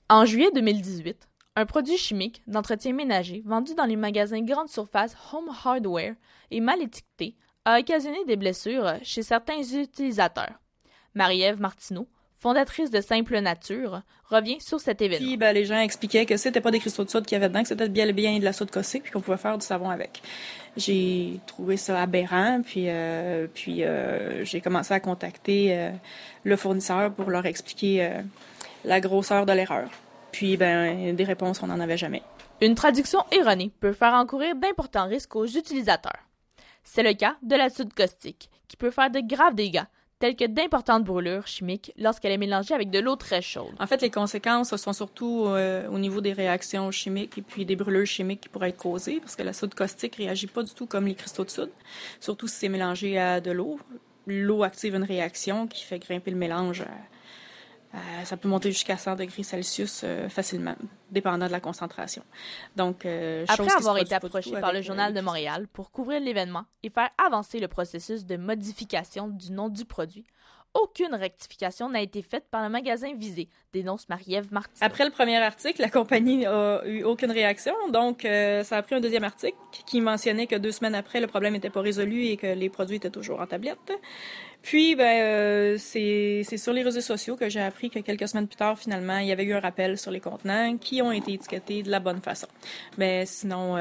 En juillet 2018, un produit chimique d'entretien ménager vendu dans les magasins grande surface Home Hardware et mal étiqueté a occasionné des blessures chez certains utilisateurs. Marie-Ève Martineau, fondatrice de Simple Nature, revient sur cet événement. Puis les gens expliquaient que c'était pas des cristaux de soude qu'il y avait dedans, que c'était bien de la soude caustique, puis qu'on pouvait faire du savon avec. J'ai trouvé ça aberrant, puis j'ai commencé à contacter le fournisseur pour leur expliquer la grosseur de l'erreur. Puis des réponses, on n'en avait jamais. Une traduction erronée peut faire encourir d'importants risques aux utilisateurs. C'est le cas de la soude caustique, qui peut faire de graves dégâts, telles que d'importantes brûlures chimiques lorsqu'elle est mélangée avec de l'eau très chaude. En fait, les conséquences sont surtout au niveau des réactions chimiques et puis des brûlures chimiques qui pourraient être causées, parce que la soude caustique réagit pas du tout comme les cristaux de soude, surtout si c'est mélangé à de l'eau. L'eau active une réaction qui fait grimper le mélange. Ça peut monter jusqu'à 100 degrés Celsius facilement, dépendant de la concentration. Donc, après avoir été approché par le Journal de Montréal pour couvrir l'événement et faire avancer le processus de modification du nom du produit, aucune rectification n'a été faite par le magasin visé, dénonce Marie-Ève Martineau. Après le premier article, la compagnie n'a eu aucune réaction, donc ça a pris un deuxième article qui mentionnait que 2 semaines après, le problème n'était pas résolu et que les produits étaient toujours en tablette. Puis, c'est sur les réseaux sociaux que j'ai appris que quelques semaines plus tard, finalement, il y avait eu un rappel sur les contenants qui ont été étiquetés de la bonne façon. Mais sinon,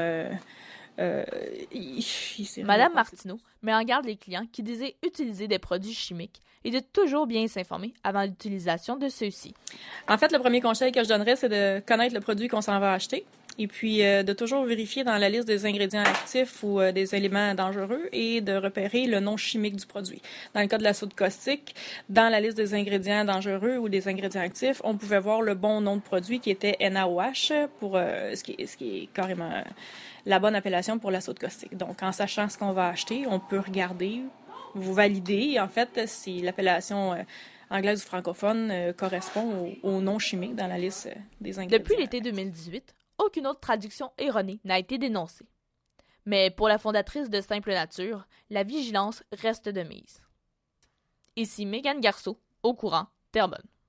Madame Martineau met en garde les clients qui désirent utiliser des produits chimiques et de toujours bien s'informer avant l'utilisation de ceux-ci. En fait, le premier conseil que je donnerais, c'est de connaître le produit qu'on s'en va acheter. Et puis, de toujours vérifier dans la liste des ingrédients actifs ou des éléments dangereux et de repérer le nom chimique du produit. Dans le cas de la soude caustique, dans la liste des ingrédients dangereux ou des ingrédients actifs, on pouvait voir le bon nom de produit qui était NaOH, pour ce qui est carrément la bonne appellation pour la soude caustique. Donc, en sachant ce qu'on va acheter, on peut regarder, vous valider, en fait, si l'appellation anglaise ou francophone correspond au nom chimique dans la liste des ingrédients. Depuis l'été 2018, aucune autre traduction erronée n'a été dénoncée. Mais pour la fondatrice de Simple Nature, la vigilance reste de mise. Ici Mégane Garceau, Au Courant, Terrebonne.